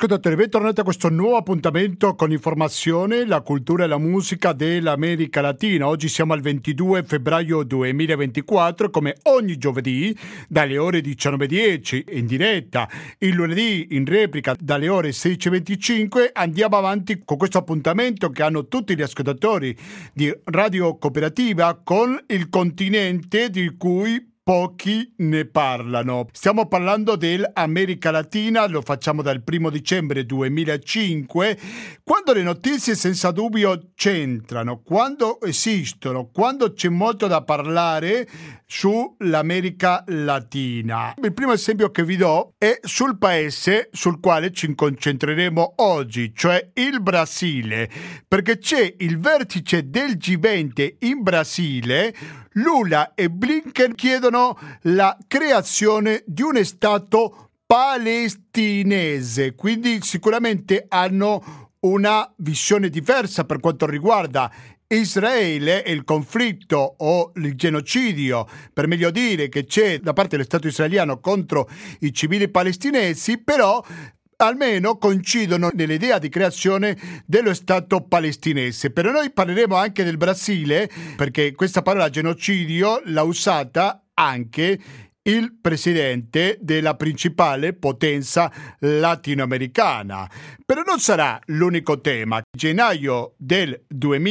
ascoltatori, bentornati a questo nuovo appuntamento con informazione, la cultura e la musica dell'America Latina. Oggi siamo al 22 febbraio 2024, come ogni giovedì dalle ore 19:10 in diretta, il lunedì in replica dalle ore 16:25. Andiamo avanti con questo appuntamento che hanno tutti gli ascoltatori di Radio Cooperativa con il continente di cui pochi ne parlano. Stiamo parlando dell'America Latina, lo facciamo dal 1 dicembre 2005, quando le notizie senza dubbio c'entrano, quando esistono, quando c'è molto da parlare sull'America Latina. Il primo esempio che vi do è sul paese sul quale ci concentreremo oggi, cioè il Brasile, perché c'è il vertice del G20 in Brasile. Lula e Blinken chiedono la creazione di un Stato palestinese, quindi sicuramente hanno una visione diversa per quanto riguarda Israele e il conflitto o il genocidio, per meglio dire, che c'è da parte dello Stato israeliano contro i civili palestinesi, però almeno coincidono nell'idea di creazione dello Stato palestinese. Però noi parleremo anche del Brasile, perché questa parola genocidio l'ha usata anche il presidente della principale potenza latinoamericana. Però non sarà l'unico tema. A gennaio del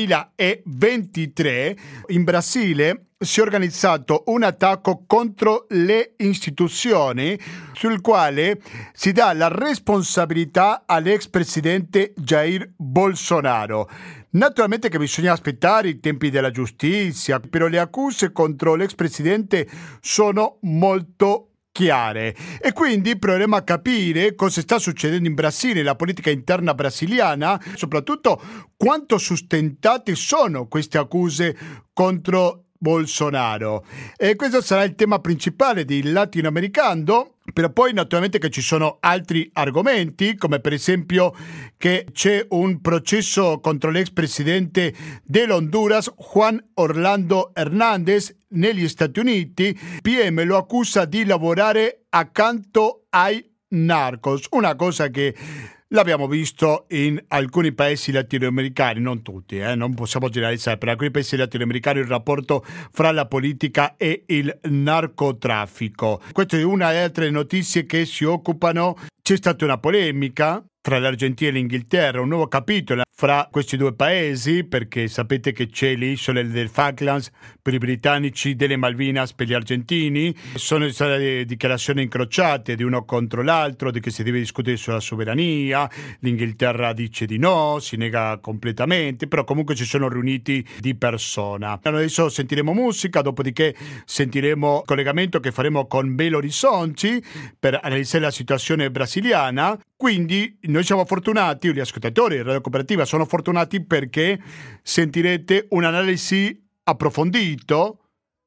2023 in Brasile si è organizzato un attacco contro le istituzioni sul quale si dà la responsabilità all'ex presidente Jair Bolsonaro. Naturalmente che bisogna aspettare i tempi della giustizia, però le accuse contro l'ex presidente sono molto chiare e quindi proveremo a capire cosa sta succedendo in Brasile, la politica interna brasiliana, soprattutto quanto sostentate sono queste accuse contro Bolsonaro. E questo sarà il tema principale di Latinoamericano, però poi naturalmente che ci sono altri argomenti, come per esempio che c'è un processo contro l'ex presidente dell'Honduras, Juan Orlando Hernández, negli Stati Uniti. PM lo accusa di lavorare accanto ai narcos, una cosa che l'abbiamo visto in alcuni paesi latinoamericani, non tutti, non possiamo generalizzare, per alcuni paesi latinoamericani il rapporto fra la politica e il narcotraffico. Questa è una delle altre notizie che si occupano. C'è stata una polemica tra l'Argentina e l'Inghilterra, un nuovo capitolo fra questi due paesi, perché sapete che c'è le isole del Falklands per i britannici, delle Malvinas per gli argentini. Sono state dichiarazioni incrociate di uno contro l'altro, di che si deve discutere sulla sovrania. L'Inghilterra dice di no, si nega completamente, però comunque ci sono riuniti di persona. Adesso sentiremo musica, dopodiché sentiremo il collegamento che faremo con Belo Horizonte per analizzare la situazione brasiliana. Quindi noi siamo fortunati, gli ascoltatori di Radio Cooperativa sono fortunati perché sentirete un'analisi approfondito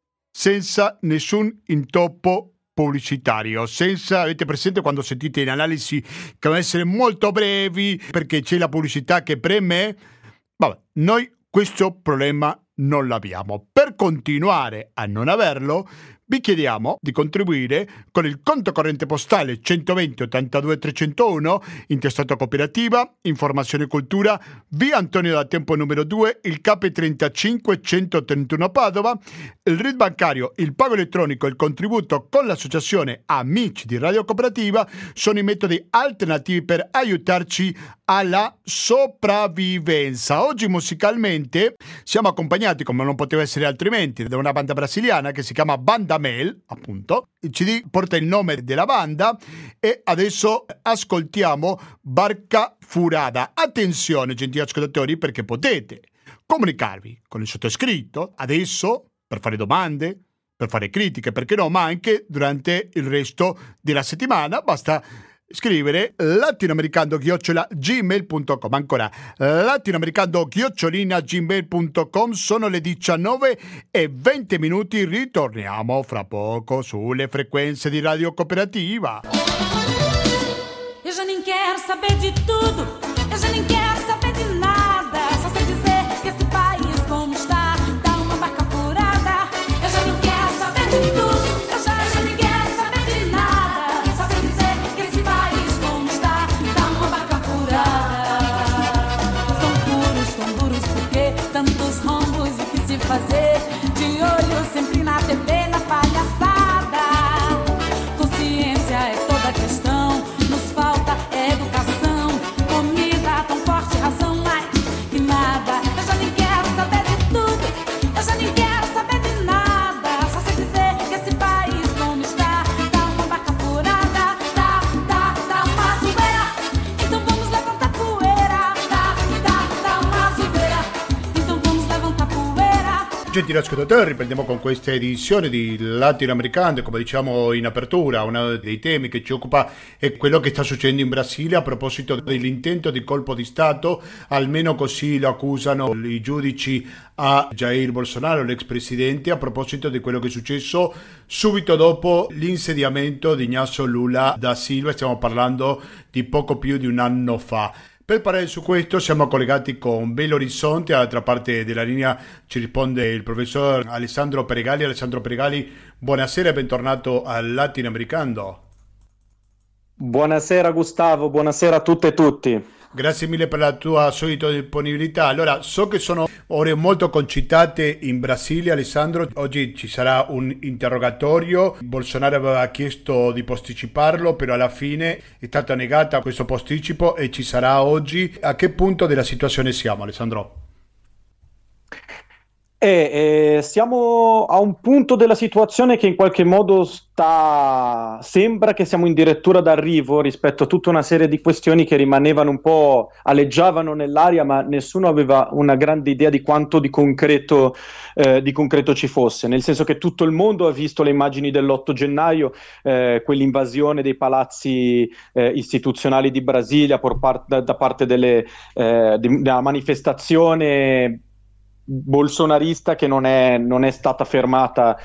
senza nessun intoppo pubblicitario, avete presente quando sentite in analisi che devono essere molto brevi perché c'è la pubblicità che preme? Vabbè, noi questo problema non l'abbiamo. Per continuare a non averlo, vi chiediamo di contribuire con il conto corrente postale 120 82 301, intestato Cooperativa, Informazione e Cultura, via Antonio da Tempo numero 2, il CAP 35 131 Padova, il RID bancario, il pago elettronico e il contributo con l'associazione Amici di Radio Cooperativa sono i metodi alternativi per aiutarci alla sopravvivenza. Oggi musicalmente siamo accompagnati, come non poteva essere altrimenti, da una banda brasiliana che si chiama Banda Mel, appunto. Il CD porta il nome della banda e adesso ascoltiamo Barca Furada. Attenzione, gentili ascoltatori, perché potete comunicarvi con il sottoscritto adesso per fare domande, per fare critiche, perché no, ma anche durante il resto della settimana. Basta scrivere latinoamericando@gmail.com. Ancora latinoamericando@gmail.com. Sono le 19:20. Ritorniamo fra poco sulle frequenze di Radio Cooperativa. Eu já nem quero saber de tudo, eu já nem quero saber de nada, só sei dizer que esse país como está, dá uma barca furada. Eu já nem quero saber de tudo, eu já nem quero saber de nada, só sei dizer que esse país como está, dá uma barca fazer, de olho sempre na TV, na palhaçada. Consciência é toda a questão, nos falta educação, comida tão forte, razão mais que nada. Eu já nem quero saber de tudo, eu já nem quero saber de nada. Só sei dizer que esse país como está, tá uma vaca furada, tá uma zoeira. Então vamos levantar poeira, tá uma zoeira. Então vamos levantar poeira. Gentili ascoltatori, riprendiamo con questa edizione di Latinoamericano. Come diciamo in apertura, uno dei temi che ci occupa è quello che sta succedendo in Brasile a proposito dell'intento di colpo di Stato, almeno così lo accusano i giudici a Jair Bolsonaro, l'ex presidente, a proposito di quello che è successo subito dopo l'insediamento di Ignazio Lula da Silva. Stiamo parlando di poco più di un anno fa. Per parlare su questo siamo collegati con Belo Horizonte, dall'altra parte della linea ci risponde il professor Alessandro Peregali. Alessandro Peregali, buonasera e bentornato al Latinoamericano. Buonasera Gustavo, buonasera a tutte e tutti. Grazie mille per la tua solita disponibilità. Allora, so che sono ore molto concitate in Brasile, Alessandro. Oggi ci sarà un interrogatorio. Bolsonaro aveva chiesto di posticiparlo, però alla fine è stata negata questo posticipo e ci sarà oggi. A che punto della situazione siamo, Alessandro? Siamo a un punto della situazione che in qualche modo sembra che siamo addirittura d'arrivo rispetto a tutta una serie di questioni che rimanevano un po', aleggiavano nell'aria, ma nessuno aveva una grande idea di quanto di concreto ci fosse, nel senso che tutto il mondo ha visto le immagini dell'8 gennaio, quell'invasione dei palazzi istituzionali di Brasilia da parte della manifestazione bolsonarista che non è stata fermata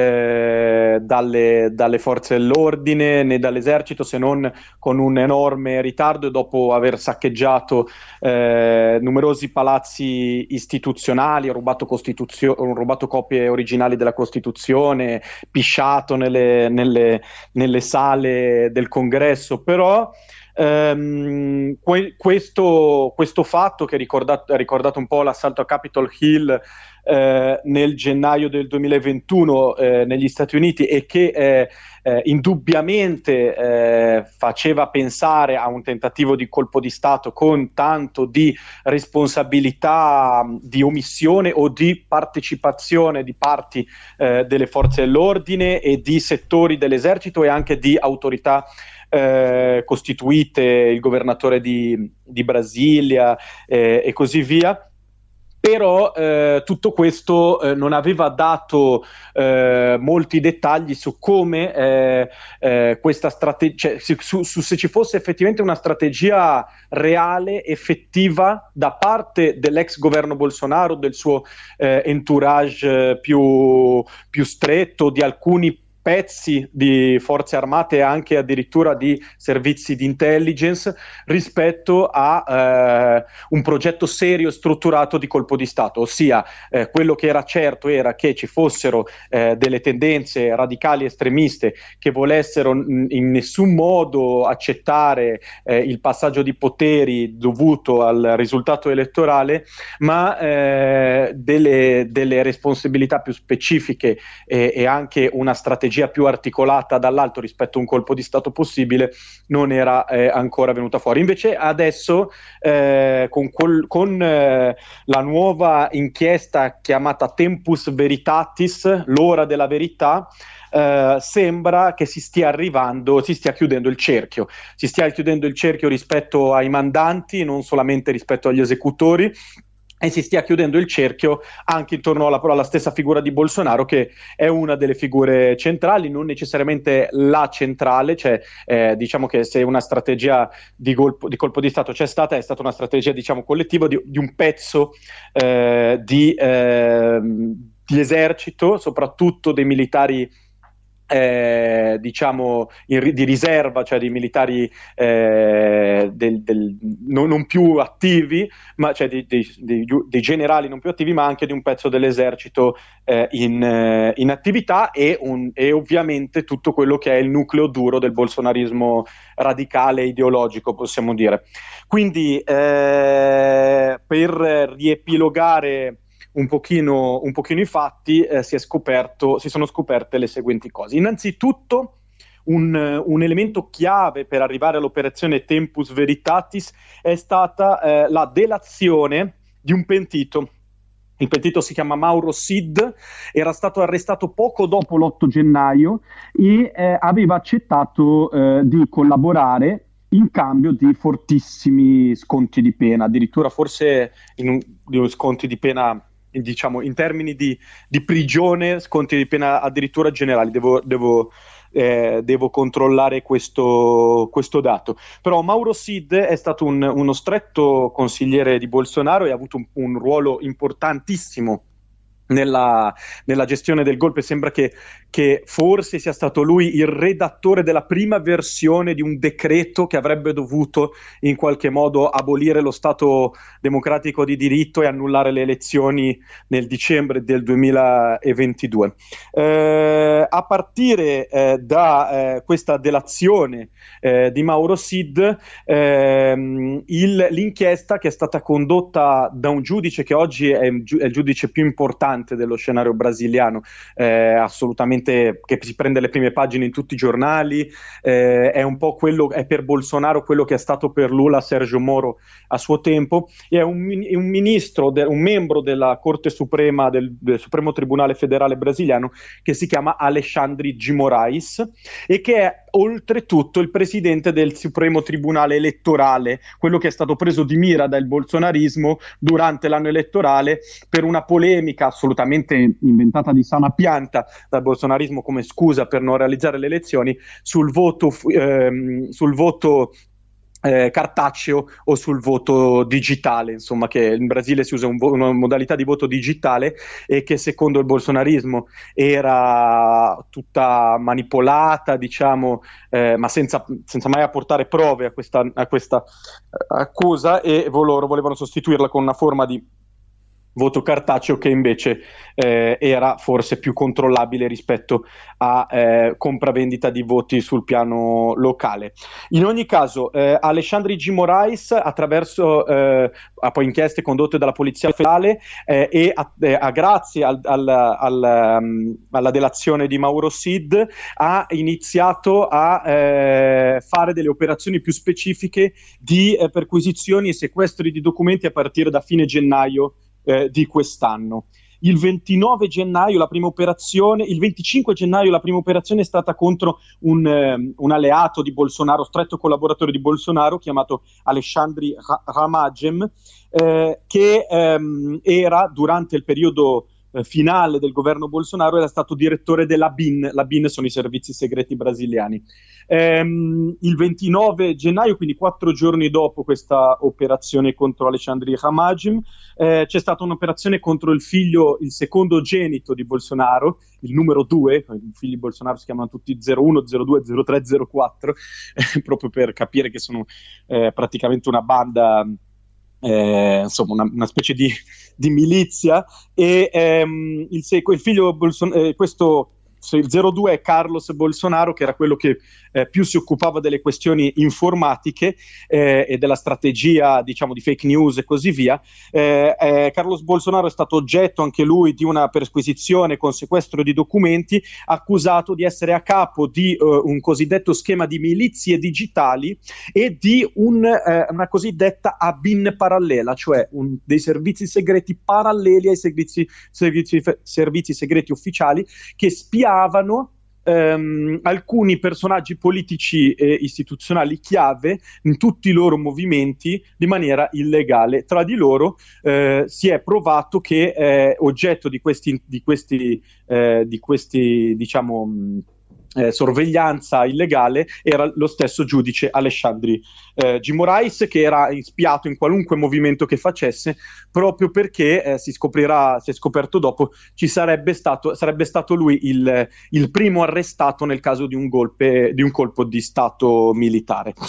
dalle forze dell'ordine né dall'esercito, se non con un enorme ritardo, e dopo aver saccheggiato numerosi palazzi istituzionali, rubato copie originali della Costituzione, pisciato nelle sale del Congresso. Però questo fatto che ha ricordato un po' l'assalto a Capitol Hill nel gennaio del 2021 negli Stati Uniti, e che indubbiamente faceva pensare a un tentativo di colpo di Stato con tanto di responsabilità di omissione o di partecipazione di parti delle forze dell'ordine e di settori dell'esercito e anche di autorità costituite, il governatore di Brasilia e così via. Però tutto questo non aveva dato molti dettagli su come questa strategia, se ci fosse effettivamente una strategia reale, effettiva da parte dell'ex governo Bolsonaro, del suo entourage più stretto, di alcuni pezzi di forze armate e anche addirittura di servizi di intelligence, rispetto a un progetto serio e strutturato di colpo di Stato. Ossia, quello che era certo era che ci fossero delle tendenze radicali estremiste che volessero in nessun modo accettare il passaggio di poteri dovuto al risultato elettorale, ma delle responsabilità più specifiche e anche una strategia più articolata dall'alto rispetto a un colpo di Stato possibile non era ancora venuta fuori. Invece adesso con la nuova inchiesta chiamata Tempus Veritatis, l'ora della verità, sembra che si stia chiudendo il cerchio. Si stia chiudendo il cerchio rispetto ai mandanti, non solamente rispetto agli esecutori, e si stia chiudendo il cerchio anche intorno alla stessa figura di Bolsonaro, che è una delle figure centrali, non necessariamente la centrale. Cioè diciamo che se una strategia di colpo di Stato c'è stata, è stata una strategia, diciamo, collettiva di un pezzo di esercito, soprattutto dei militari diciamo di riserva, cioè dei militari non più attivi, ma cioè dei generali non più attivi, ma anche di un pezzo dell'esercito in attività, e ovviamente tutto quello che è il nucleo duro del bolsonarismo radicale ideologico, possiamo dire. Quindi per riepilogare un pochino i fatti, si sono scoperte le seguenti cose. Innanzitutto, un elemento chiave per arrivare all'operazione Tempus Veritatis è stata la delazione di un pentito. Il pentito si chiama Mauro Sid, era stato arrestato poco dopo l'8 gennaio e aveva accettato di collaborare in cambio di fortissimi sconti di pena, addirittura forse di sconti di pena, diciamo, in termini di prigione, sconti di pena addirittura generali. Devo controllare questo dato. Però Mauro Sid è stato uno stretto consigliere di Bolsonaro e ha avuto un ruolo importantissimo nella gestione del golpe. Sembra che forse sia stato lui il redattore della prima versione di un decreto che avrebbe dovuto in qualche modo abolire lo Stato democratico di diritto e annullare le elezioni nel dicembre del 2022. A partire da questa delazione di Mauro Sid, l'inchiesta che è stata condotta da un giudice che oggi è il giudice più importante dello scenario brasiliano, assolutamente, che si prende le prime pagine in tutti i giornali, è un po' è per Bolsonaro quello che è stato per Lula Sergio Moro a suo tempo, e è un ministro, un membro della Corte Suprema del Supremo Tribunale Federale brasiliano, che si chiama Alexandre de Moraes e che è oltretutto il presidente del Supremo Tribunale elettorale, quello che è stato preso di mira dal bolsonarismo durante l'anno elettorale per una polemica assolutamente inventata di sana pianta dal bolsonarismo come scusa per non realizzare le elezioni sul voto cartaceo o sul voto digitale, insomma, che in Brasile si usa una modalità di voto digitale e che secondo il bolsonarismo era tutta manipolata, diciamo, ma senza mai apportare prove a questa accusa, e loro volevano sostituirla con una forma di voto cartaceo che invece era forse più controllabile rispetto a compravendita di voti sul piano locale. In ogni caso, Alexandre de Moraes, attraverso poi inchieste condotte dalla Polizia Federale grazie alla delazione di Mauro Sid, ha iniziato a fare delle operazioni più specifiche di perquisizioni e sequestri di documenti a partire da fine gennaio di quest'anno. Il 29 gennaio la prima operazione, il 25 gennaio la prima operazione è stata contro un alleato di Bolsonaro, stretto collaboratore di Bolsonaro, chiamato Alexandre Ramagem, che era durante il periodo finale del governo Bolsonaro era stato direttore della BIN. La BIN sono i servizi segreti brasiliani. Il 29 gennaio, quindi 4 giorni dopo questa operazione contro Alexandre Ramagem, c'è stata un'operazione contro il secondogenito di Bolsonaro, il numero 2, i figli di Bolsonaro si chiamano tutti 01, 02, 03, 04, proprio per capire che sono praticamente una banda, insomma una specie di milizia, e il figlio il 02 è Carlos Bolsonaro, che era quello che più si occupava delle questioni informatiche e della strategia, diciamo, di fake news e così via. Carlos Bolsonaro è stato oggetto anche lui di una perquisizione con sequestro di documenti, accusato di essere a capo di un cosiddetto schema di milizie digitali e di una cosiddetta ABIN parallela, cioè dei servizi segreti paralleli ai servizi segreti ufficiali, che spiavano alcuni personaggi politici e istituzionali chiave in tutti i loro movimenti di maniera illegale. Tra di loro si è provato che oggetto di questi diciamo sorveglianza illegale era lo stesso giudice Alexandre de Moraes, che era spiato in qualunque movimento che facesse, proprio perché si è scoperto dopo, sarebbe stato lui il primo arrestato nel caso di un colpo di stato militare.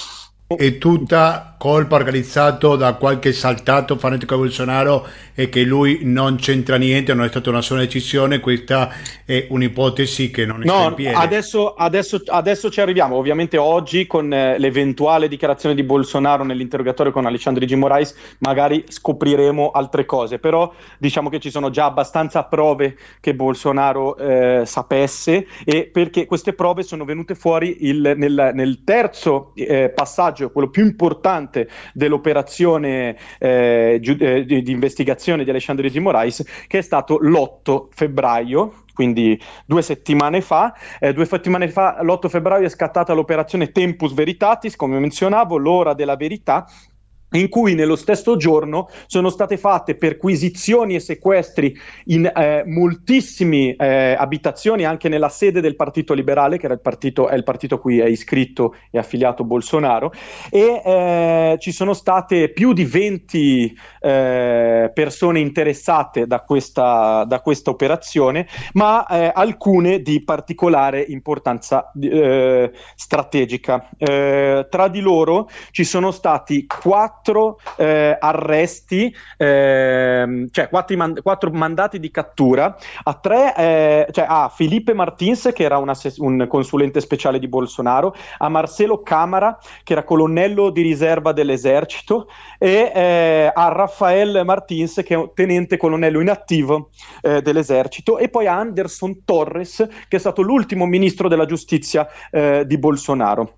È tutta colpa organizzata da qualche esaltato fanatico Bolsonaro e che lui non c'entra niente, non è stata una sua decisione. Questa è un'ipotesi che non sta in piedi. Adesso ci arriviamo. Ovviamente oggi con l'eventuale dichiarazione di Bolsonaro nell'interrogatorio con Alexandre G. Moraes magari scopriremo altre cose, però diciamo che ci sono già abbastanza prove che Bolsonaro sapesse, e perché queste prove sono venute fuori nel terzo passaggio, quello più importante dell'operazione di investigazione di Alexandre G. Moraes, che è stato l'8 febbraio, quindi 2 settimane fa. L'8 febbraio è scattata l'operazione Tempus Veritatis, come menzionavo, l'ora della verità, in cui nello stesso giorno sono state fatte perquisizioni e sequestri in moltissime abitazioni, anche nella sede del Partito Liberale, che è il partito a cui è iscritto e affiliato Bolsonaro, e ci sono state più di 20 persone interessate da questa operazione, ma alcune di particolare importanza strategica. Tra di loro ci sono stati 4 arresti, cioè 4 mandati di cattura a Felipe Martins, che era un consulente speciale di Bolsonaro, a Marcelo Camara, che era colonnello di riserva dell'esercito, e a Rafael Martins, che è un tenente colonnello inattivo dell'esercito, e poi a Anderson Torres, che è stato l'ultimo ministro della giustizia di Bolsonaro.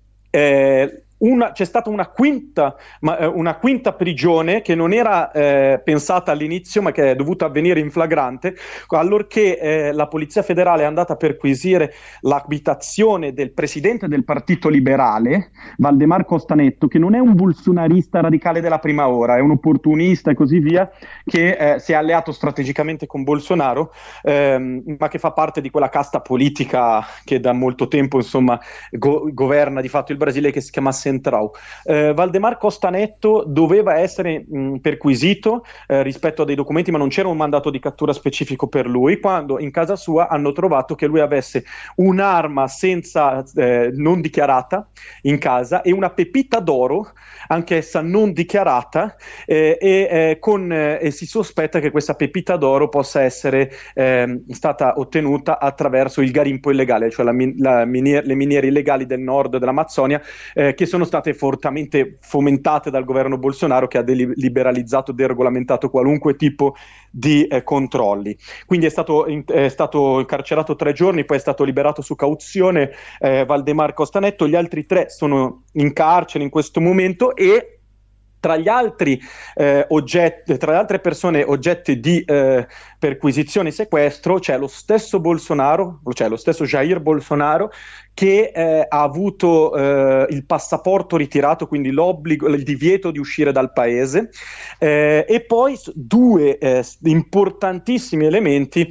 C'è stata una quinta prigione che non era pensata all'inizio, ma che è dovuta avvenire in flagrante, allorché la Polizia Federale è andata a perquisire l'abitazione del presidente del Partito Liberale, Valdemar Costanetto, che non è un bolsonarista radicale della prima ora, è un opportunista e così via, che si è alleato strategicamente con Bolsonaro, ma che fa parte di quella casta politica che da molto tempo, insomma, governa di fatto il Brasile, che si chiama Centrão. Valdemar Costanetto doveva essere perquisito rispetto a dei documenti, ma non c'era un mandato di cattura specifico per lui, quando in casa sua hanno trovato che lui avesse un'arma non dichiarata in casa e una pepita d'oro, anch'essa non dichiarata, e si sospetta che questa pepita d'oro possa essere stata ottenuta attraverso il garimpo illegale, cioè le miniere illegali del nord dell'Amazzonia, che sono state fortemente fomentate dal governo Bolsonaro, che ha liberalizzato, deregolamentato qualunque tipo di controlli. Quindi è stato incarcerato 3 giorni, poi è stato liberato su cauzione Valdemar Costanetto. Gli altri 3 sono in carcere in questo momento, e tra gli altri tra le altre persone oggetti di perquisizione e sequestro c'è lo stesso Bolsonaro, cioè lo stesso Jair Bolsonaro, che ha avuto il passaporto ritirato, quindi il divieto di uscire dal paese, e poi 2 importantissimi elementi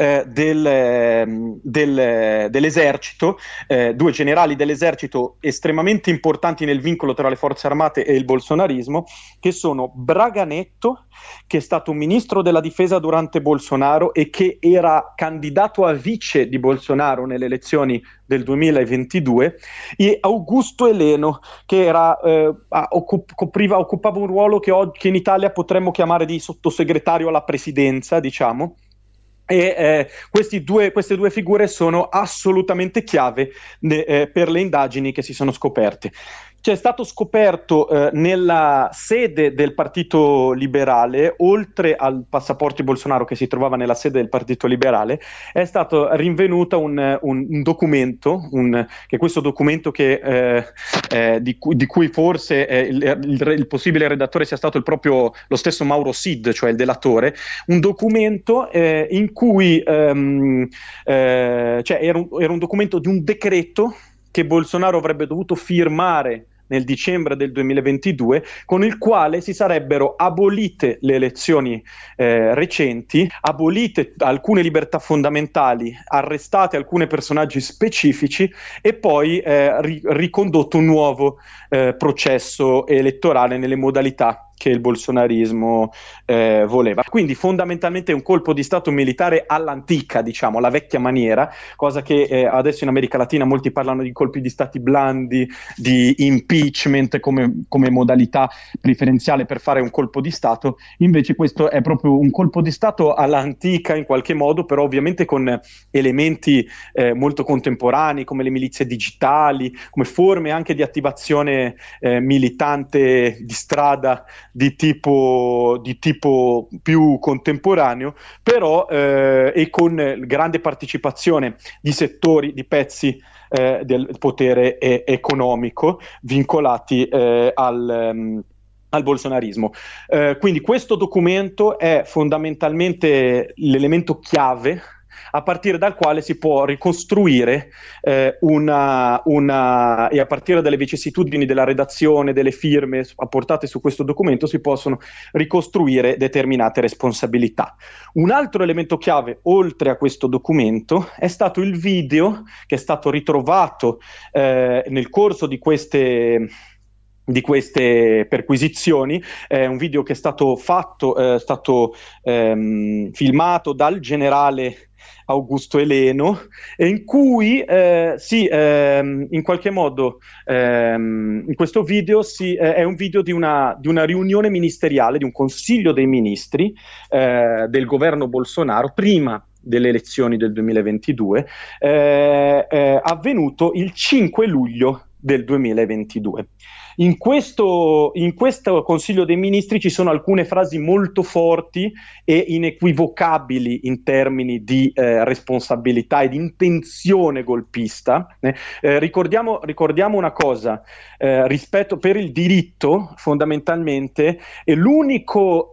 dell'esercito, 2 generali dell'esercito estremamente importanti nel vincolo tra le forze armate e il bolsonarismo, che sono Braganetto, che è stato ministro della difesa durante Bolsonaro e che era candidato a vice di Bolsonaro nelle elezioni del 2022, e Augusto Heleno, che occupava un ruolo che in Italia potremmo chiamare di sottosegretario alla presidenza, diciamo. E queste due figure sono assolutamente chiave per le indagini che si sono scoperte. C'è stato scoperto nella sede del Partito Liberale, oltre al passaporto di Bolsonaro che si trovava nella sede del Partito Liberale, è stato rinvenuto un documento, che questo documento di cui forse il possibile redattore sia stato lo stesso Mauro Sid, cioè il delatore, un documento in cui era un documento di un decreto che Bolsonaro avrebbe dovuto firmare nel dicembre del 2022, con il quale si sarebbero abolite le elezioni recenti, abolite alcune libertà fondamentali, arrestate alcuni personaggi specifici e poi ricondotto un nuovo processo elettorale nelle modalità che il bolsonarismo voleva. Quindi fondamentalmente è un colpo di stato militare all'antica, diciamo, alla vecchia maniera, cosa che adesso in America Latina molti parlano di colpi di stati blandi, di impeachment come modalità preferenziale per fare un colpo di stato. Invece questo è proprio un colpo di stato all'antica in qualche modo, però ovviamente con elementi molto contemporanei come le milizie digitali, come forme anche di attivazione militante di strada di tipo più contemporaneo, però e con grande partecipazione di settori, di pezzi del potere economico vincolati al bolsonarismo. Quindi questo documento è fondamentalmente l'elemento chiave a partire dal quale si può ricostruire e a partire dalle vicissitudini della redazione, delle firme apportate su questo documento, si possono ricostruire determinate responsabilità. Un altro elemento chiave, oltre a questo documento, è stato il video che è stato ritrovato nel corso di queste perquisizioni. È un video che è stato filmato dal generale Augusto Eleno, in cui in qualche modo in questo video è un video di una riunione ministeriale, di un consiglio dei ministri del governo Bolsonaro prima delle elezioni del 2022, avvenuto il 5 luglio del 2022. In questo Consiglio dei Ministri ci sono alcune frasi molto forti e inequivocabili in termini di responsabilità e di intenzione golpista. Ricordiamo una cosa, rispetto per il diritto, fondamentalmente, è l'unica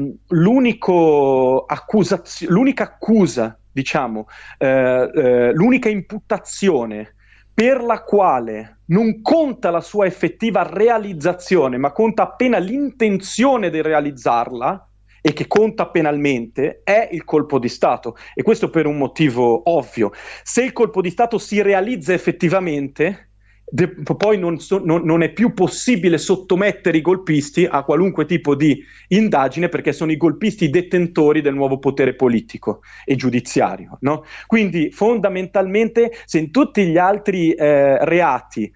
accusa, diciamo, l'unica imputazione per la quale non conta la sua effettiva realizzazione, ma conta appena l'intenzione di realizzarla, e che conta penalmente, è il colpo di Stato. E questo per un motivo ovvio. Se il colpo di Stato si realizza effettivamente, poi non è più possibile sottomettere i golpisti a qualunque tipo di indagine, perché sono i golpisti i detentori del nuovo potere politico e giudiziario, no? Quindi fondamentalmente, se in tutti gli altri reati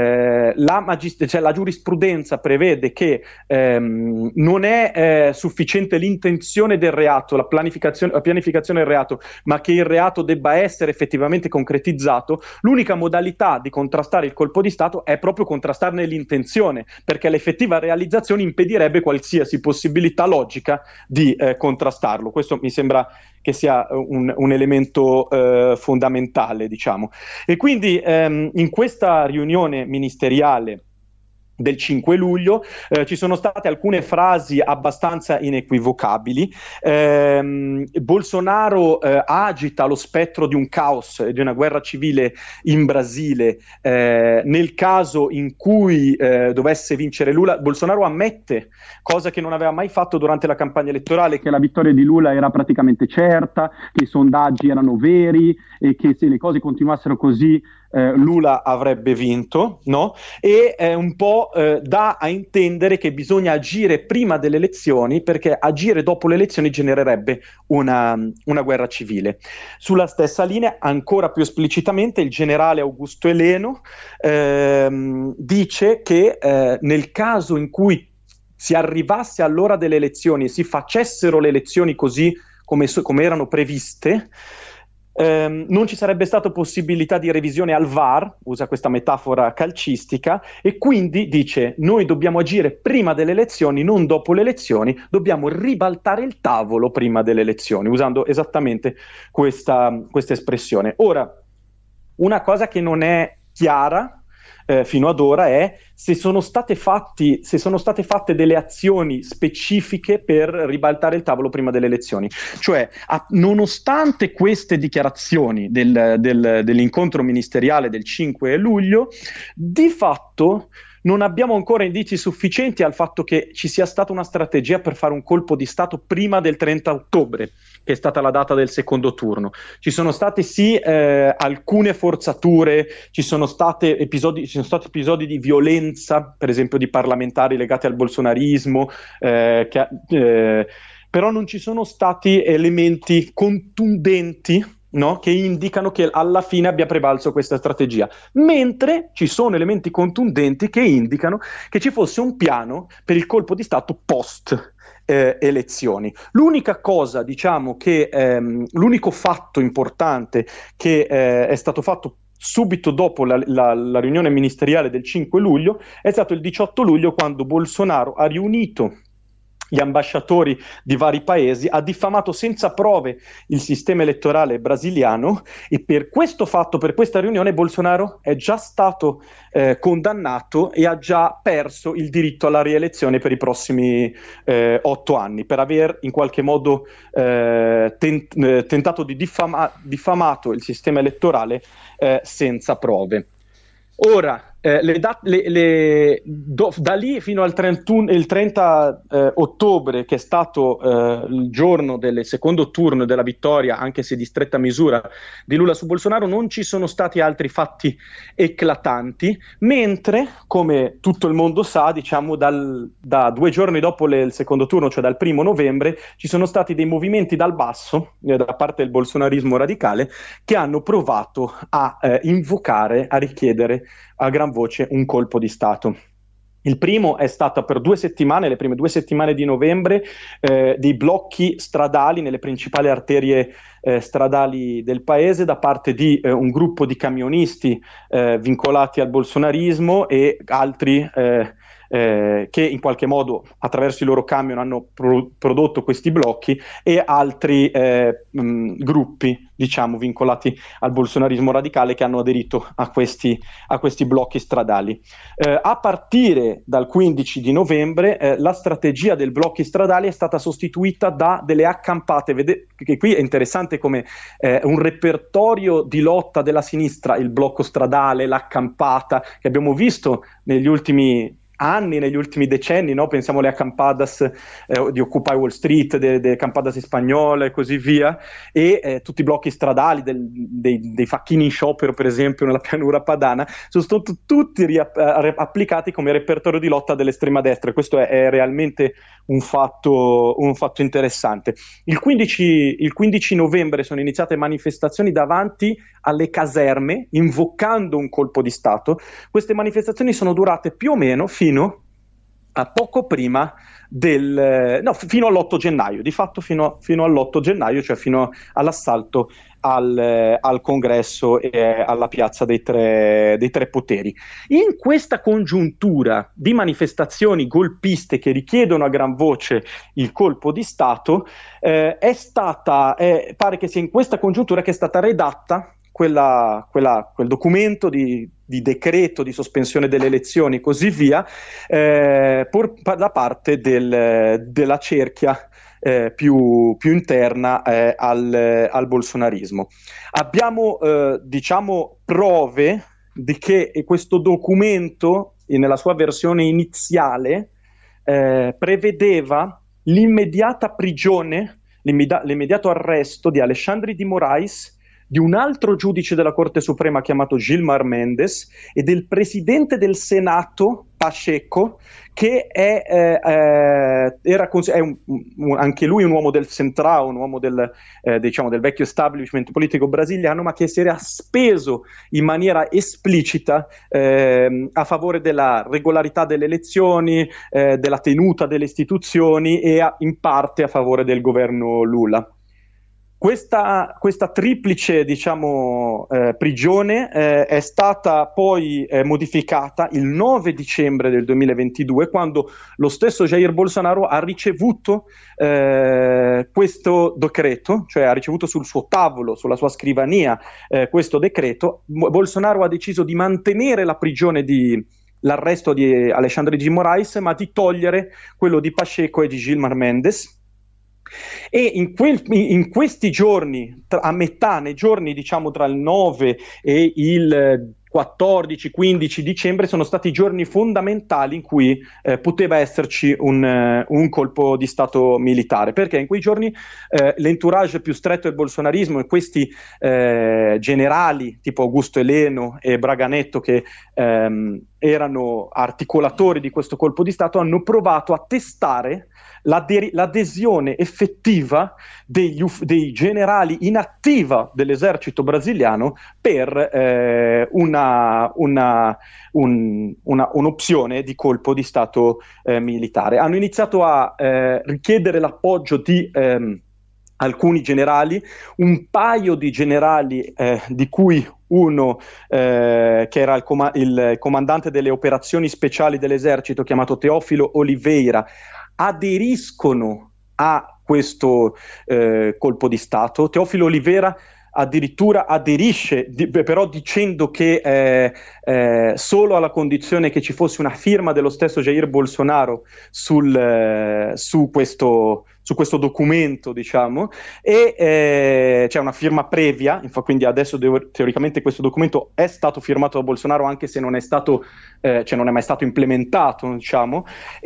la giurisprudenza prevede che non è sufficiente l'intenzione del reato, la pianificazione del reato, ma che il reato debba essere effettivamente concretizzato, l'unica modalità di contrastare il colpo di Stato è proprio contrastarne l'intenzione, perché l'effettiva realizzazione impedirebbe qualsiasi possibilità logica di contrastarlo. Questo mi sembra che sia un elemento fondamentale, diciamo. E quindi in questa riunione ministeriale del 5 luglio ci sono state alcune frasi abbastanza inequivocabili. Bolsonaro agita lo spettro di un caos e di una guerra civile in Brasile nel caso in cui dovesse vincere Lula. Bolsonaro ammette, cosa che non aveva mai fatto durante la campagna elettorale, che la vittoria di Lula era praticamente certa, che i sondaggi erano veri e che se le cose continuassero così Lula avrebbe vinto, no? E un po' dà a intendere che bisogna agire prima delle elezioni, perché agire dopo le elezioni genererebbe una guerra civile. Sulla stessa linea, ancora più esplicitamente, il generale Augusto Eleno dice che nel caso in cui si arrivasse all'ora delle elezioni e si facessero le elezioni così come erano previste, non ci sarebbe stata possibilità di revisione al VAR, usa questa metafora calcistica, e quindi dice: noi dobbiamo agire prima delle elezioni, non dopo le elezioni, dobbiamo ribaltare il tavolo prima delle elezioni, usando esattamente questa espressione. Ora, una cosa che non è chiara fino ad ora è se sono state fatte delle azioni specifiche per ribaltare il tavolo prima delle elezioni. Cioè, nonostante queste dichiarazioni dell'incontro ministeriale del 5 luglio, di fatto non abbiamo ancora indizi sufficienti al fatto che ci sia stata una strategia per fare un colpo di Stato prima del 30 ottobre, che è stata la data del secondo turno. Ci sono state alcune forzature, ci sono stati episodi di violenza, per esempio di parlamentari legati al bolsonarismo, però non ci sono stati elementi contundenti, no, che indicano che alla fine abbia prevalso questa strategia, mentre ci sono elementi contundenti che indicano che ci fosse un piano per il colpo di Stato post elezioni. L'unica cosa, diciamo, l'unico fatto importante che è stato fatto subito dopo la riunione ministeriale del 5 luglio è stato il 18 luglio, quando Bolsonaro ha riunito gli ambasciatori di vari paesi, ha diffamato senza prove il sistema elettorale brasiliano, e per questo fatto, per questa riunione, Bolsonaro è già stato condannato e ha già perso il diritto alla rielezione per i prossimi 8 anni, per aver in qualche modo tentato di diffamato il sistema elettorale senza prove. Ora, da lì fino al 30 ottobre, che è stato il giorno del secondo turno della vittoria, anche se di stretta misura, di Lula su Bolsonaro, non ci sono stati altri fatti eclatanti, mentre, come tutto il mondo sa, diciamo da 2 giorni dopo il secondo turno, cioè dal 1 novembre, ci sono stati dei movimenti dal basso, da parte del bolsonarismo radicale, che hanno provato a invocare, a richiedere a gran voce un colpo di Stato. Il primo è stato per 2 settimane, le prime 2 settimane di novembre, dei blocchi stradali nelle principali arterie stradali del paese da parte di un gruppo di camionisti vincolati al bolsonarismo e altri che in qualche modo attraverso i loro camion hanno prodotto questi blocchi, e altri gruppi, diciamo, vincolati al bolsonarismo radicale, che hanno aderito a questi blocchi stradali. A partire dal 15 di novembre la strategia dei blocchi stradali è stata sostituita da delle accampate. Vedete che qui è interessante come un repertorio di lotta della sinistra, il blocco stradale, l'accampata, che abbiamo visto negli ultimi anni, negli ultimi decenni, no? Pensiamo alle acampadas di Occupy Wall Street, delle acampadas spagnole e così via, e tutti i blocchi stradali dei facchini in sciopero, per esempio, nella pianura padana, sono stati tutti applicati come repertorio di lotta dell'estrema destra. Questo è realmente un fatto interessante. Il 15 novembre sono iniziate manifestazioni davanti alle caserme, invocando un colpo di Stato. Queste manifestazioni sono durate più o meno fino a poco prima fino all'8 gennaio, di fatto fino all'8 gennaio, cioè fino all'assalto al congresso e alla piazza dei tre poteri. In questa congiuntura di manifestazioni golpiste che richiedono a gran voce il colpo di Stato, pare che sia in questa congiuntura che è stata redatta quel documento di decreto di sospensione delle elezioni e così via, da parte della cerchia più interna al bolsonarismo. Abbiamo diciamo prove di che questo documento, nella sua versione iniziale, prevedeva l'immediata prigione, l'immediato arresto di Alexandre de Moraes, di un altro giudice della Corte Suprema chiamato Gilmar Mendes e del presidente del Senato Pacheco, che era anche lui un uomo del Centrão, un uomo del vecchio establishment politico brasiliano, ma che si era speso in maniera esplicita a favore della regolarità delle elezioni, della tenuta delle istituzioni e in parte a favore del governo Lula. Questa triplice, diciamo, prigione è stata poi modificata il 9 dicembre del 2022, quando lo stesso Jair Bolsonaro ha ricevuto questo decreto, cioè ha ricevuto sul suo tavolo, sulla sua scrivania, questo decreto. Bolsonaro ha deciso di mantenere la prigione l'arresto di Alexandre de Moraes, ma di togliere quello di Pacheco e di Gilmar Mendes. E in questi giorni, a metà, nei giorni diciamo tra il 9 e il 14-15 dicembre sono stati giorni fondamentali in cui poteva esserci un colpo di stato militare, perché in quei giorni l'entourage più stretto del bolsonarismo e questi generali tipo Augusto Heleno e Braganetto, che erano articolatori di questo colpo di stato, hanno provato a testare l'adesione effettiva dei generali in attiva dell'esercito brasiliano per un'opzione di colpo di stato militare. Hanno iniziato a richiedere l'appoggio di alcuni generali, un paio di generali di cui uno che era il comandante delle operazioni speciali dell'esercito, chiamato Teofilo Oliveira, aderiscono a questo colpo di Stato. Teofilo Oliveira addirittura aderisce, però dicendo che solo alla condizione che ci fosse una firma dello stesso Jair Bolsonaro su questo documento, diciamo, e c'è una firma previa, quindi adesso teoricamente questo documento è stato firmato da Bolsonaro, anche se non è stato, non è mai stato implementato, diciamo,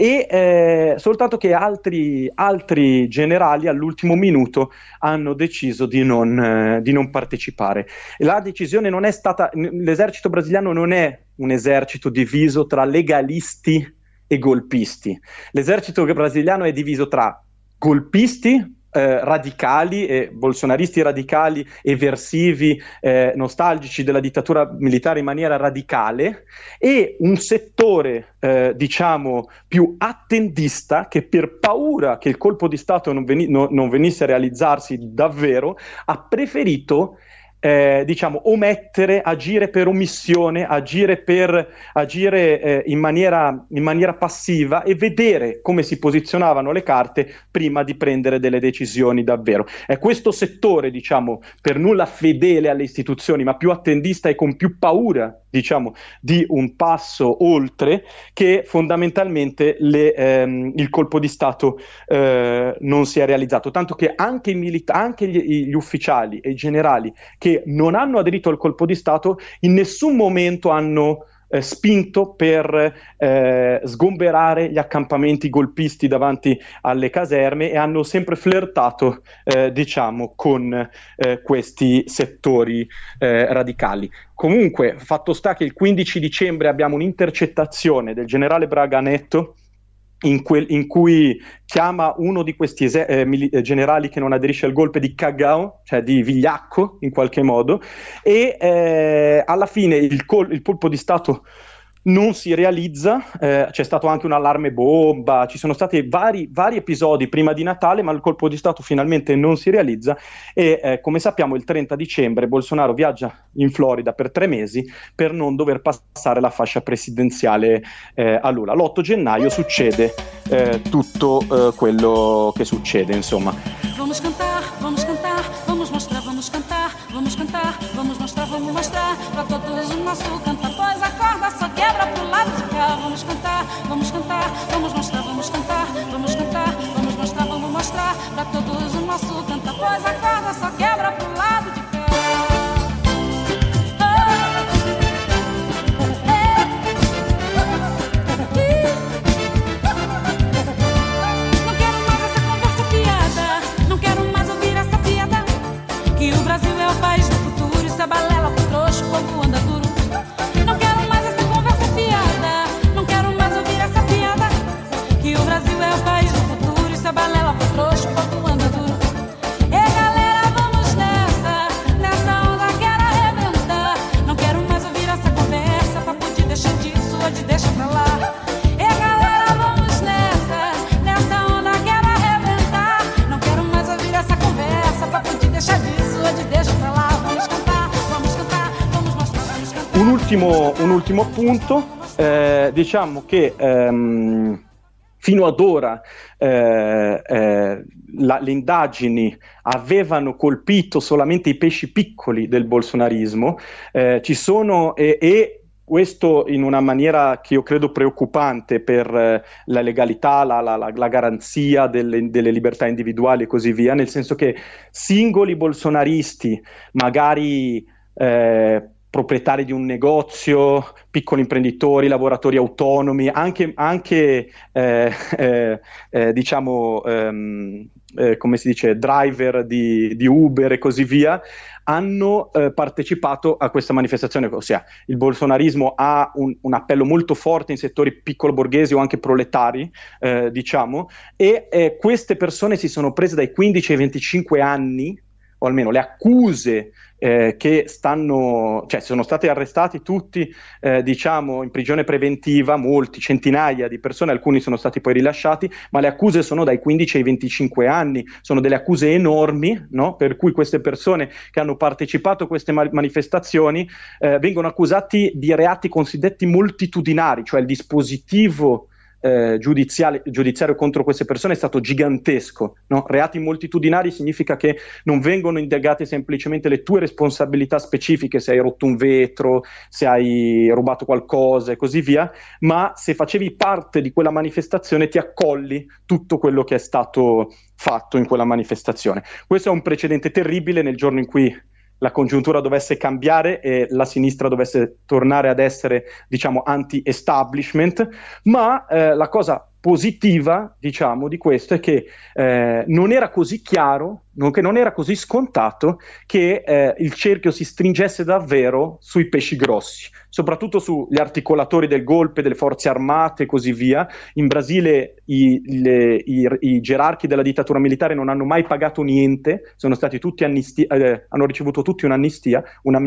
e soltanto che altri generali all'ultimo minuto hanno deciso di non partecipare. La decisione non è stata, l'esercito brasiliano non è un esercito diviso tra legalisti e golpisti. L'esercito brasiliano è diviso tra golpisti radicali e bolsonaristi radicali, eversivi, nostalgici della dittatura militare in maniera radicale, e un settore diciamo più attendista, che per paura che il colpo di Stato non venisse a realizzarsi davvero ha preferito diciamo omettere, agire per omissione, agire in maniera passiva e vedere come si posizionavano le carte prima di prendere delle decisioni davvero. È questo settore, diciamo, per nulla fedele alle istituzioni, ma più attendista e con più paura, diciamo, di un passo oltre, che fondamentalmente il colpo di Stato non si è realizzato, tanto che anche gli ufficiali e i generali che non hanno aderito al colpo di Stato in nessun momento hanno spinto per sgomberare gli accampamenti golpisti davanti alle caserme, e hanno sempre flirtato diciamo con questi settori radicali. Comunque, fatto sta che il 15 dicembre abbiamo un'intercettazione del generale Braganetto in cui chiama uno di questi generali che non aderisce al golpe di cagao, cioè di vigliacco in qualche modo, e alla fine il colpo di Stato non si realizza. C'è stato anche un allarme bomba, ci sono stati vari episodi prima di Natale, ma il colpo di Stato finalmente non si realizza, e come sappiamo il 30 dicembre Bolsonaro viaggia in Florida per 3 mesi per non dover passare la fascia presidenziale a Lula. L'8 gennaio succede tutto quello che succede, insomma. Vamos cantar, vamos mostrar, vamos cantar, vamos cantar, vamos mostrar pra todos o nosso cantar, pois a corda só quebra pro lado de cá. Vamos cantar, vamos mostrar, vamos cantar, vamos cantar, vamos mostrar pra todos o nosso cantar, pois a corda só quebra pro lado de cá. Un ultimo punto, diciamo che fino ad ora le indagini avevano colpito solamente i pesci piccoli del bolsonarismo, ci sono e questo in una maniera che io credo preoccupante per la legalità, la garanzia delle libertà individuali e così via, nel senso che singoli bolsonaristi magari proprietari di un negozio, piccoli imprenditori, lavoratori autonomi, anche diciamo, come si dice, driver di Uber e così via, hanno partecipato a questa manifestazione. Ossia, il bolsonarismo ha un appello molto forte in settori piccolo borghesi o anche proletari, diciamo, e queste persone si sono prese dai 15 ai 25 anni, o almeno le accuse che sono stati arrestati tutti, diciamo, in prigione preventiva, molti, centinaia di persone, alcuni sono stati poi rilasciati, ma le accuse sono dai 15 ai 25 anni, sono delle accuse enormi, no? Per cui queste persone che hanno partecipato a queste manifestazioni vengono accusati di reati cosiddetti moltitudinari, cioè il dispositivo giudiziario contro queste persone è stato gigantesco, no? Reati moltitudinari significa che non vengono indagate semplicemente le tue responsabilità specifiche, se hai rotto un vetro, se hai rubato qualcosa e così via, ma se facevi parte di quella manifestazione ti accolli tutto quello che è stato fatto in quella manifestazione. Questo è un precedente terribile nel giorno in cui la congiuntura dovesse cambiare e la sinistra dovesse tornare ad essere, diciamo, anti-establishment, ma la cosa positiva, diciamo, di questo è che non era così chiaro, che non era così scontato che il cerchio si stringesse davvero sui pesci grossi, soprattutto sugli articolatori del golpe, delle forze armate e così via. In Brasile i gerarchi della dittatura militare non hanno mai pagato niente, sono stati tutti hanno ricevuto tutti un'amnistia,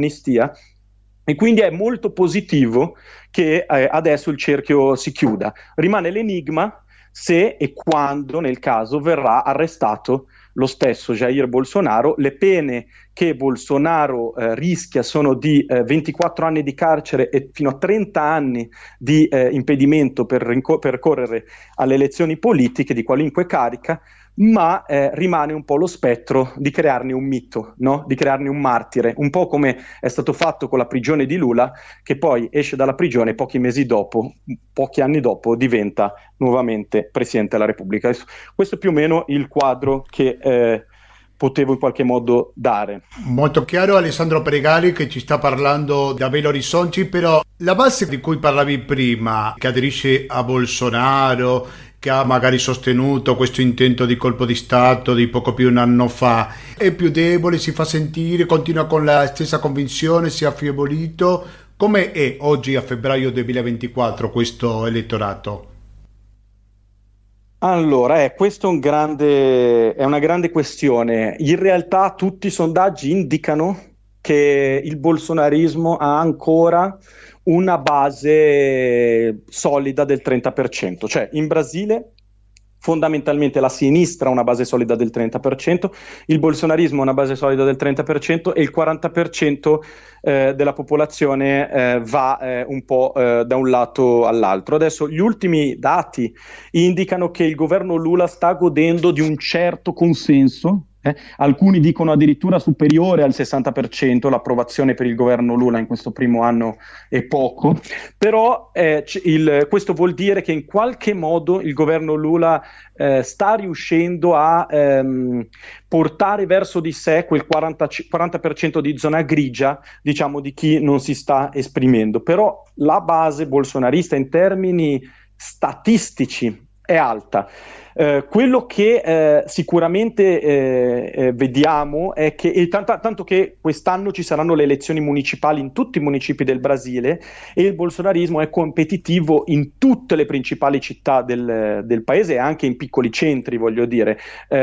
e quindi è molto positivo che adesso il cerchio si chiuda. Rimane l'enigma se e quando, nel caso, verrà arrestato lo stesso Jair Bolsonaro. Le pene che Bolsonaro rischia sono di 24 anni di carcere e fino a 30 anni di impedimento per correre alle elezioni politiche di qualunque carica, ma rimane un po' lo spettro di crearne un mito, no? Di crearne un martire, un po' come è stato fatto con la prigione di Lula, che poi esce dalla prigione e pochi anni dopo diventa nuovamente Presidente della Repubblica. Questo è più o meno il quadro che potevo in qualche modo dare. Molto chiaro Alessandro Pregali, che ci sta parlando da Belo Horizonte, però la base di cui parlavi prima, che aderisce a Bolsonaro, che ha magari sostenuto questo intento di colpo di Stato di poco più un anno fa, è più debole, si fa sentire, continua con la stessa convinzione, si è affievolito. Come è oggi a febbraio 2024 questo elettorato? Allora, questo è una grande questione. In realtà tutti i sondaggi indicano che il bolsonarismo ha ancora una base solida del 30%, cioè in Brasile fondamentalmente la sinistra ha una base solida del 30%, il bolsonarismo ha una base solida del 30% e il 40% della popolazione va un po' da un lato all'altro. Adesso gli ultimi dati indicano che il governo Lula sta godendo di un certo consenso. Alcuni dicono addirittura superiore al 60%, l'approvazione per il governo Lula in questo primo anno è poco, però questo vuol dire che in qualche modo il governo Lula sta riuscendo a portare verso di sé quel 40% di zona grigia, diciamo, di chi non si sta esprimendo. Però la base bolsonarista in termini statistici è alta. Quello che sicuramente vediamo è che tanto che quest'anno ci saranno le elezioni municipali in tutti i municipi del Brasile e il bolsonarismo è competitivo in tutte le principali città del paese e anche in piccoli centri, voglio dire.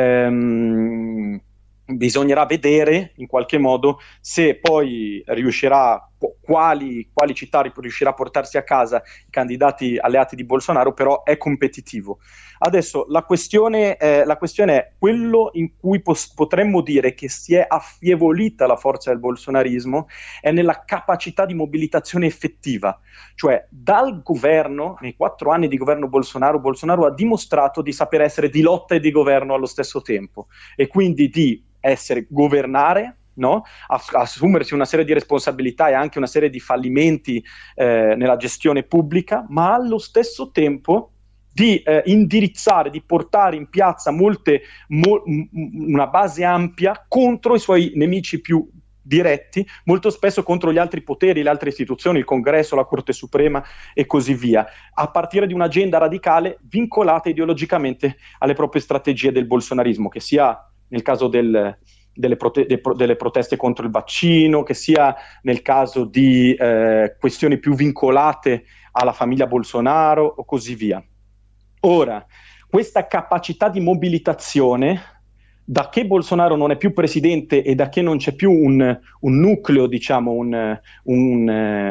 Bisognerà vedere in qualche modo se poi riuscirà, quali città riuscirà a portarsi a casa i candidati alleati di Bolsonaro, però è competitivo. Adesso la questione è quello in cui potremmo dire che si è affievolita la forza del bolsonarismo è nella capacità di mobilitazione effettiva, cioè dal governo, nei 4 anni di governo Bolsonaro ha dimostrato di saper essere di lotta e di governo allo stesso tempo e quindi di governare, no? Assumersi una serie di responsabilità e anche una serie di fallimenti nella gestione pubblica, ma allo stesso tempo di indirizzare, di portare in piazza una base ampia contro i suoi nemici più diretti, molto spesso contro gli altri poteri, le altre istituzioni, il Congresso, la Corte Suprema e così via, a partire di un'agenda radicale vincolata ideologicamente alle proprie strategie del bolsonarismo, che sia nel caso delle proteste contro il vaccino, che sia nel caso di questioni più vincolate alla famiglia Bolsonaro o così via. Ora, questa capacità di mobilitazione, da che Bolsonaro non è più presidente e da che non c'è più un nucleo, diciamo, un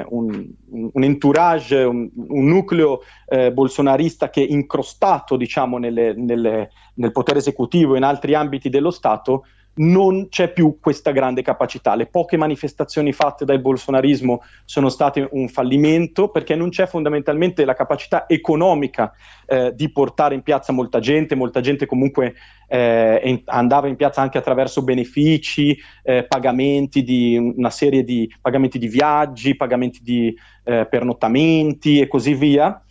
entourage, un nucleo bolsonarista che è incrostato, diciamo, nel potere esecutivo e in altri ambiti dello Stato, non c'è più questa grande capacità. Le poche manifestazioni fatte dal bolsonarismo sono state un fallimento, perché non c'è fondamentalmente la capacità economica di portare in piazza molta gente comunque andava in piazza anche attraverso benefici, pagamenti di una serie di pagamenti di viaggi, pagamenti di pernottamenti e così via.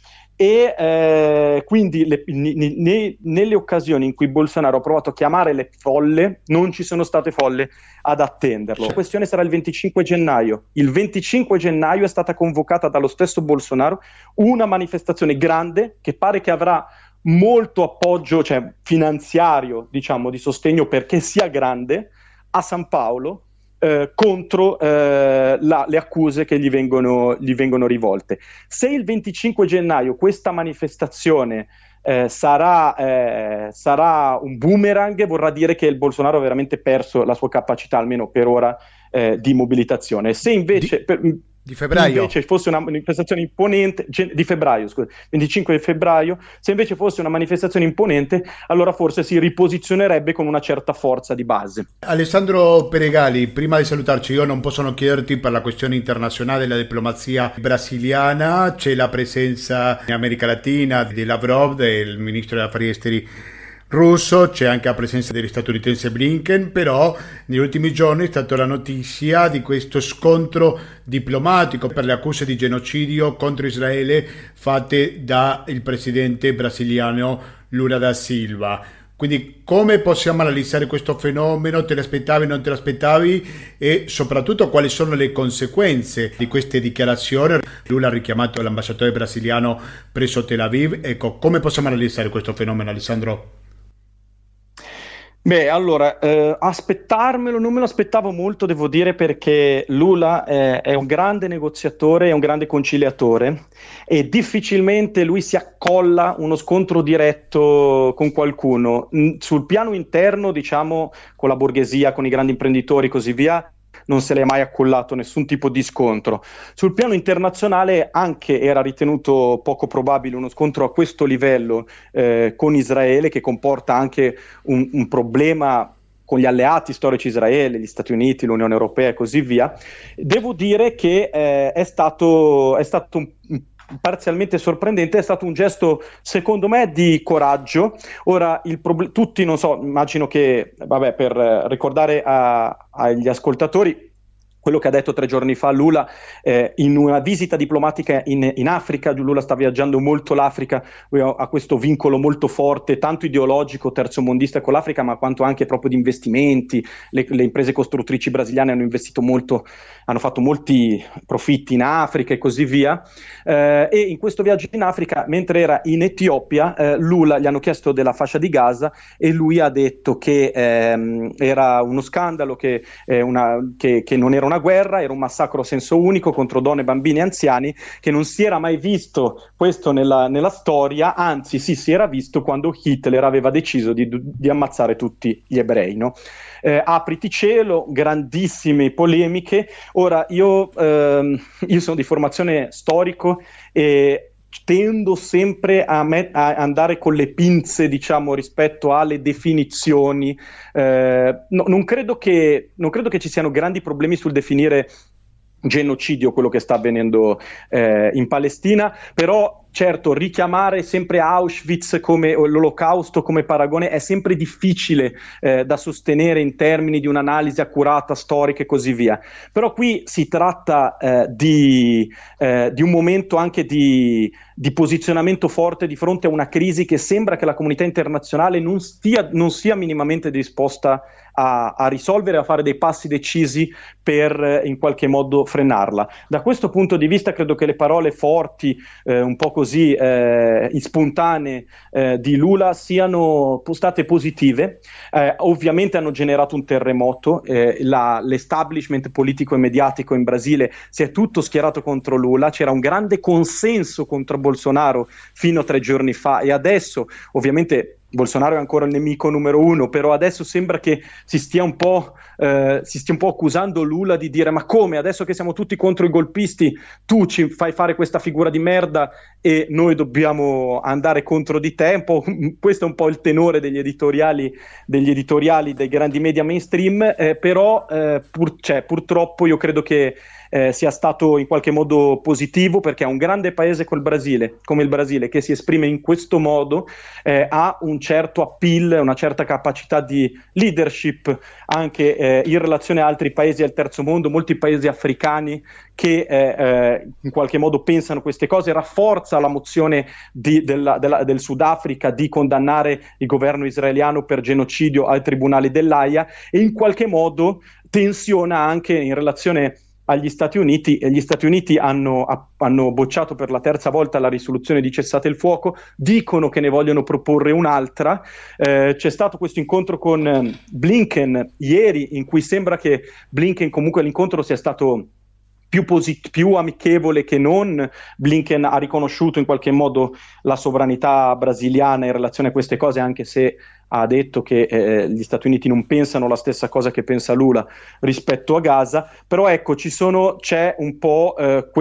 E quindi nelle occasioni in cui Bolsonaro ha provato a chiamare le folle, non ci sono state folle ad attenderlo. La questione sarà il 25 gennaio. Il 25 gennaio è stata convocata dallo stesso Bolsonaro una manifestazione grande che pare che avrà molto appoggio, cioè finanziario, diciamo, di sostegno perché sia grande, a San Paolo, contro le accuse che gli vengono rivolte. Se il 25 gennaio questa manifestazione sarà un boomerang, vorrà dire che il Bolsonaro ha veramente perso la sua capacità, almeno per ora, di mobilitazione. Se invece di febbraio invece fosse una manifestazione imponente, di febbraio, scusa, 25 di febbraio, se invece fosse una manifestazione imponente, allora forse si riposizionerebbe con una certa forza di base. Alessandro Peregali, prima di salutarci, io non posso non chiederti per la questione internazionale della diplomazia brasiliana. C'è la presenza in America Latina di Lavrov, del ministro degli affari esteri russo, c'è anche la presenza degli statunitense Blinken, però negli ultimi giorni è stata la notizia di questo scontro diplomatico per le accuse di genocidio contro Israele fatte dal presidente brasiliano Lula da Silva. Quindi come possiamo analizzare questo fenomeno? Te l'aspettavi, non te l'aspettavi? E soprattutto quali sono le conseguenze di queste dichiarazioni? Lula ha richiamato l'ambasciatore brasiliano presso Tel Aviv. Ecco, come possiamo analizzare questo fenomeno, Alessandro? Beh, allora, aspettarmelo, non me lo aspettavo molto, devo dire, perché Lula è un grande negoziatore, è un grande conciliatore e difficilmente lui si accolla uno scontro diretto con qualcuno. Sul piano interno, diciamo, con la borghesia, con i grandi imprenditori e così via, non se le è mai accollato nessun tipo di scontro. Sul piano internazionale anche era ritenuto poco probabile uno scontro a questo livello con Israele, che comporta anche un problema con gli alleati storici Israele, gli Stati Uniti, l'Unione Europea e così via. Devo dire che è stato parzialmente sorprendente, è stato un gesto secondo me di coraggio. Ora tutti, non so, immagino che, vabbè, per ricordare agli ascoltatori quello che ha detto 3 giorni fa Lula in una visita diplomatica in Africa. Lula sta viaggiando molto l'Africa, ha questo vincolo molto forte, tanto ideologico, terzomondista con l'Africa, ma quanto anche proprio di investimenti. Le imprese costruttrici brasiliane hanno investito molto, hanno fatto molti profitti in Africa e così via. E in questo viaggio in Africa, mentre era in Etiopia, Lula gli hanno chiesto della fascia di Gaza e lui ha detto che era uno scandalo, che non era una guerra, era un massacro a senso unico contro donne, bambini e anziani, che non si era mai visto questo nella storia, anzi si era visto quando Hitler aveva deciso di ammazzare tutti gli ebrei, no? Apriti cielo, grandissime polemiche. Ora io sono di formazione storico e tendo sempre a andare con le pinze, diciamo, rispetto alle definizioni. Non credo che ci siano grandi problemi sul definire genocidio quello che sta avvenendo in Palestina, però certo richiamare sempre Auschwitz come l'Olocausto come paragone è sempre difficile da sostenere in termini di un'analisi accurata, storica e così via. Però qui si tratta di un momento anche di di posizionamento forte di fronte a una crisi che sembra che la comunità internazionale non sia minimamente disposta a risolvere, a fare dei passi decisi per in qualche modo frenarla. Da questo punto di vista credo che le parole forti, un po' così spontanee di Lula siano state positive. Ovviamente hanno generato un terremoto, l'establishment politico e mediatico in Brasile si è tutto schierato contro Lula, c'era un grande consenso contro Bolsonaro fino a 3 giorni fa, e adesso ovviamente Bolsonaro è ancora il nemico numero 1, però adesso sembra che si stia un po' accusando Lula di dire: ma come, adesso che siamo tutti contro i golpisti, tu ci fai fare questa figura di merda e noi dobbiamo andare contro di te. Questo è un po' il tenore degli editoriali dei grandi media mainstream, però purtroppo io credo che sia stato in qualche modo positivo, perché è un grande paese come il Brasile, che si esprime in questo modo, ha un certo appeal, una certa capacità di leadership anche in relazione a altri paesi del terzo mondo, molti paesi africani che in qualche modo pensano queste cose. Rafforza la mozione del Sudafrica di condannare il governo israeliano per genocidio ai tribunali dell'Aia, e in qualche modo tensiona anche in relazione agli Stati Uniti, e gli Stati Uniti hanno bocciato per la 3ª volta la risoluzione di cessate il fuoco, dicono che ne vogliono proporre un'altra. C'è stato questo incontro con Blinken ieri, in cui sembra che Blinken, comunque l'incontro sia stato più amichevole che non. Blinken ha riconosciuto in qualche modo la sovranità brasiliana in relazione a queste cose, anche se ha detto che gli Stati Uniti non pensano la stessa cosa che pensa Lula rispetto a Gaza. Però ecco, c'è un po'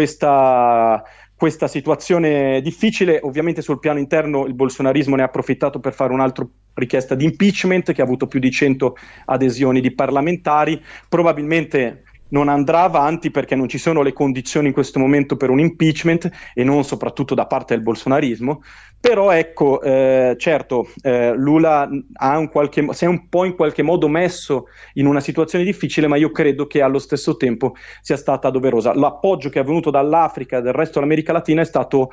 questa situazione difficile. Ovviamente sul piano interno il bolsonarismo ne ha approfittato per fare un'altra richiesta di impeachment, che ha avuto più di 100 adesioni di parlamentari. Probabilmente non andrà avanti perché non ci sono le condizioni in questo momento per un impeachment, e non soprattutto da parte del bolsonarismo. Però ecco, certo, Lula si è un po' in qualche modo messo in una situazione difficile, ma io credo che allo stesso tempo sia stata doverosa. L'appoggio che è venuto dall'Africa e del resto dell'America Latina è stato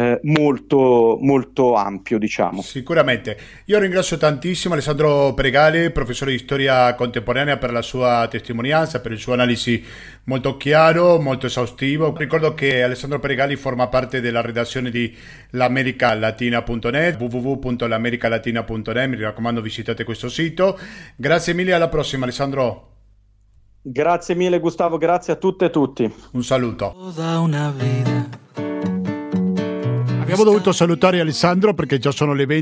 molto molto ampio, diciamo. Sicuramente. Io ringrazio tantissimo Alessandro Pregali, professore di storia contemporanea, per la sua testimonianza, per il suo analisi molto chiaro, molto esaustivo. Ricordo che Alessandro Pregali forma parte della redazione di l'americalatina.net, www.l'americalatina.net. Mi raccomando, visitate questo sito. Grazie mille, alla prossima Alessandro. Grazie mille Gustavo, grazie a tutte e tutti. Un saluto. Toda una vida. Abbiamo dovuto salutare Alessandro perché già sono le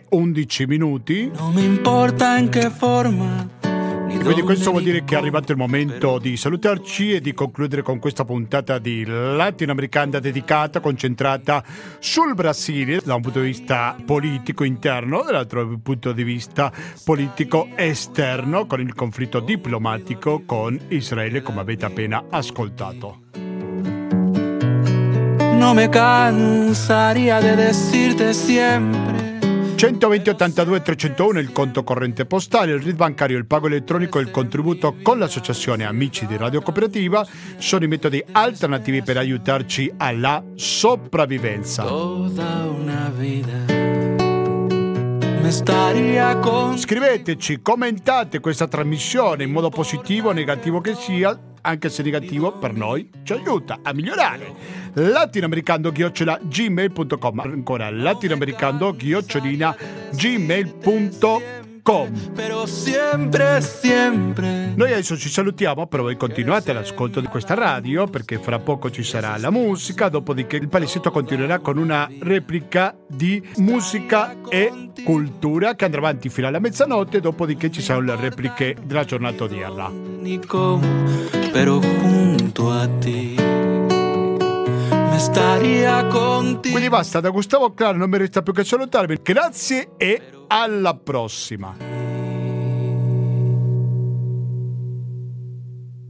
20:11. Non mi importa in che forma. Quindi questo vuol dire che è arrivato il momento di salutarci e di concludere con questa puntata di Latinoamericana dedicata, concentrata sul Brasile da un punto di vista politico interno, dall'altro punto di vista politico esterno, con il conflitto diplomatico con Israele, come avete appena ascoltato. No me cansaría de decirte siempre. 120 82 301 il conto corrente postale, il RID bancario, il pago elettronico e il contributo con l'associazione Amici di Radio Cooperativa sono i metodi alternativi per aiutarci alla sopravvivenza. Toda una vida. Me estaría con... Scriveteci, commentate questa trasmissione in modo positivo o negativo che sia, anche se negativo per noi ci aiuta a migliorare. latinoamericando@gmail.com, ancora latinoamericando@gmail.com. Pero siempre, siempre. Noi adesso ci salutiamo, però voi continuate all'ascolto di questa radio perché fra poco ci sarà la musica, dopodiché il Palisetto continuerà con una replica di musica e cultura che andrà avanti fino alla mezzanotte, dopodiché ci saranno le repliche della giornata odierna. Ni cómo, pero junto a ti me estaría contigo. Quindi basta, da Gustavo Claro non mi resta più che salutarvi. Grazie e alla prossima.